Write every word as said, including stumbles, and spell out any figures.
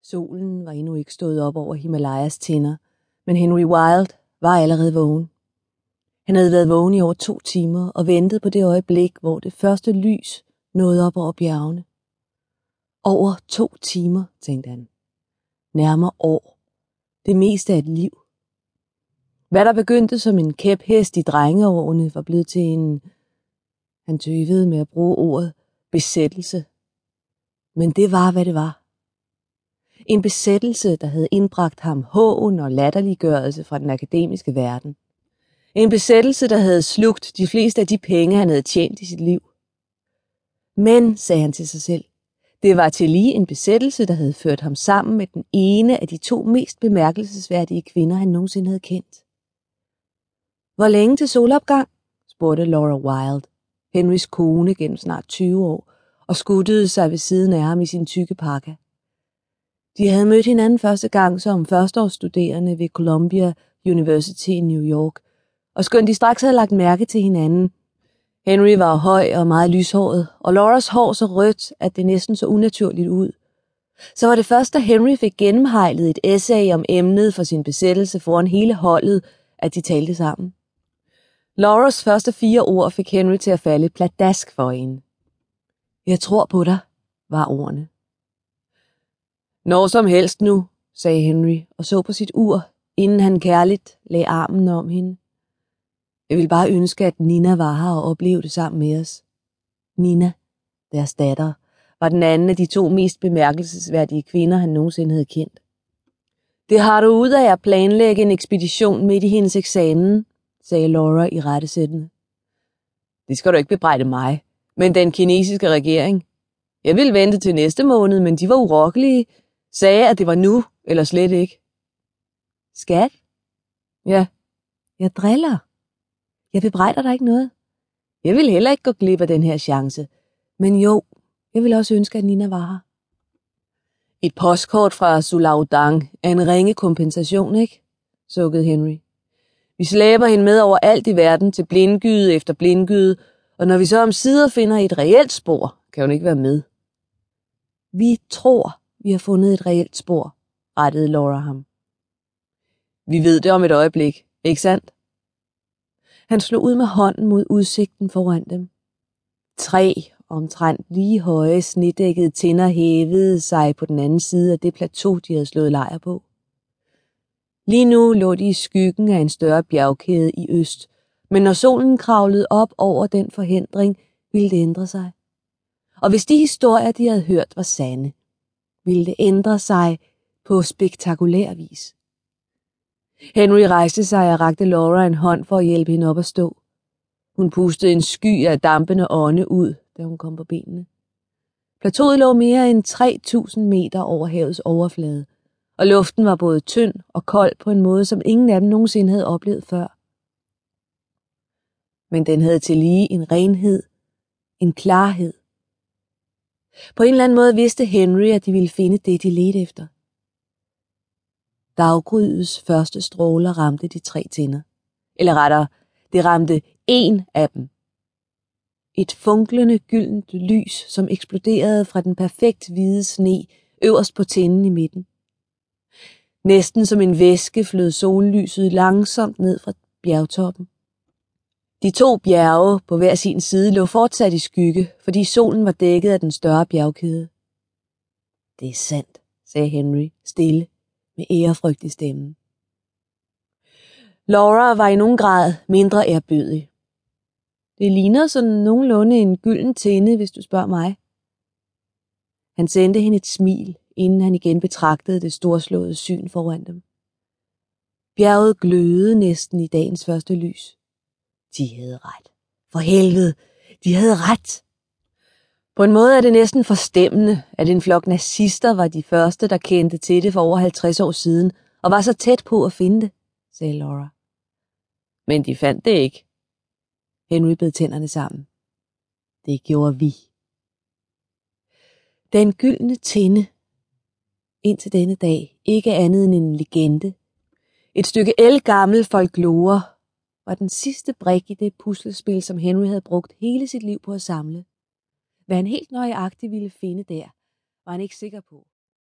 Solen var endnu ikke stået op over Himalayas tinder, men Henry Wilde var allerede vågen. Han havde været vågen i over to timer og ventet på det øjeblik, hvor det første lys nåede op over bjergene. Over to timer, tænkte han. Nærmere år. Det meste af et liv. Hvad der begyndte som en kæphest i drengeårene, var blevet til en... Han tøvede med at bruge ordet besættelse. Men det var, hvad det var. En besættelse, der havde indbragt ham hån og latterliggørelse fra den akademiske verden. En besættelse, der havde slugt de fleste af de penge, han havde tjent i sit liv. Men, sagde han til sig selv, det var til lige en besættelse, der havde ført ham sammen med den ene af de to mest bemærkelsesværdige kvinder, han nogensinde havde kendt. Hvor længe til solopgang? Spurgte Laura Wilde, Henrys kone gennem snart tyve år, og skuttede sig ved siden af ham i sin tykke parka. De havde mødt hinanden første gang som førsteårsstuderende ved Columbia University i New York, og skønt de straks havde lagt mærke til hinanden. Henry var høj og meget lyshåret, og Lauras hår så rødt, at det næsten så unaturligt ud. Så var det først, da Henry fik gennemhejlet et essay om emnet for sin besættelse foran hele holdet, at de talte sammen. Lauras første fire ord fik Henry til at falde pladask for hende. Jeg tror på dig, var ordene. Når som helst nu, sagde Henry og så på sit ur, inden han kærligt lagde armen om hende. Jeg ville bare ønske, at Nina var her og oplevede det sammen med os. Nina, deres datter, var den anden af de to mest bemærkelsesværdige kvinder, han nogensinde havde kendt. Det har du ud af at planlægge en ekspedition midt i hendes eksamen, sagde Laura i rettesættende. Det skal du ikke bebrejde mig, men den kinesiske regering. Jeg ville vente til næste måned, men de var urokkelige, sagde, at det var nu, eller slet ikke. Skat? Ja. Jeg driller. Jeg bebrejder dig ikke noget. Jeg vil heller ikke gå glip af den her chance. Men jo, jeg vil også ønske, at Nina var her. Et postkort fra Sulaudang er en ringe kompensation, ikke? Sukkede Henry. Vi slæber hende med over alt i verden til blindgyde efter blindgyde, og når vi så omsider finder et reelt spor, kan hun ikke være med. Vi tror, vi har fundet et reelt spor, rettede Laura ham. Vi ved det om et øjeblik, ikke sandt? Han slog ud med hånden mod udsigten foran dem. Tre omtrent lige høje, snedækkede tinder hævede sig på den anden side af det plateau, de havde slået lejr på. Lige nu lå de i skyggen af en større bjergkæde i øst, men når solen kravlede op over den forhindring, ville det ændre sig. Og hvis de historier, de havde hørt, var sande, ville det ændre sig på spektakulær vis. Henry rejste sig og rakte Laura en hånd for at hjælpe hende op at stå. Hun pustede en sky af dampende ånde ud, da hun kom på benene. Plateauet lå mere end tre tusind meter over havets overflade, og luften var både tynd og kold på en måde, som ingen af dem nogensinde havde oplevet før. Men den havde til lige en renhed, en klarhed. På en eller anden måde vidste Henry, at de ville finde det, de ledte efter. Daggrydets første stråler ramte de tre tinder. Eller rettere, det ramte én af dem. Et funklende gyldent lys, som eksploderede fra den perfekt hvide sne øverst på tinden i midten. Næsten som en væske flød sollyset langsomt ned fra bjergtoppen. De to bjerge på hver sin side lå fortsat i skygge, fordi solen var dækket af den større bjergkæde. Det er sandt, sagde Henry stille med ærefrygt i stemmen. Laura var i nogen grad mindre ærbødig. Det ligner sådan nogenlunde en gylden tinde, hvis du spørger mig. Han sendte hende et smil, inden han igen betragtede det storslåede syn foran dem. Bjerget glødede næsten i dagens første lys. De havde ret. For helvede, de havde ret. På en måde er det næsten forstemmende, at en flok nazister var de første, der kendte til det for over halvtreds år siden, og var så tæt på at finde det, sagde Laura. Men de fandt det ikke. Henry bed tænderne sammen. Det gjorde vi. Den gyldne tinde, indtil denne dag, ikke andet end en legende, et stykke ældgammel folklore, var den sidste brik i det puslespil, som Henry havde brugt hele sit liv på at samle. Hvad han helt nøjagtigt ville finde der, var han ikke sikker på.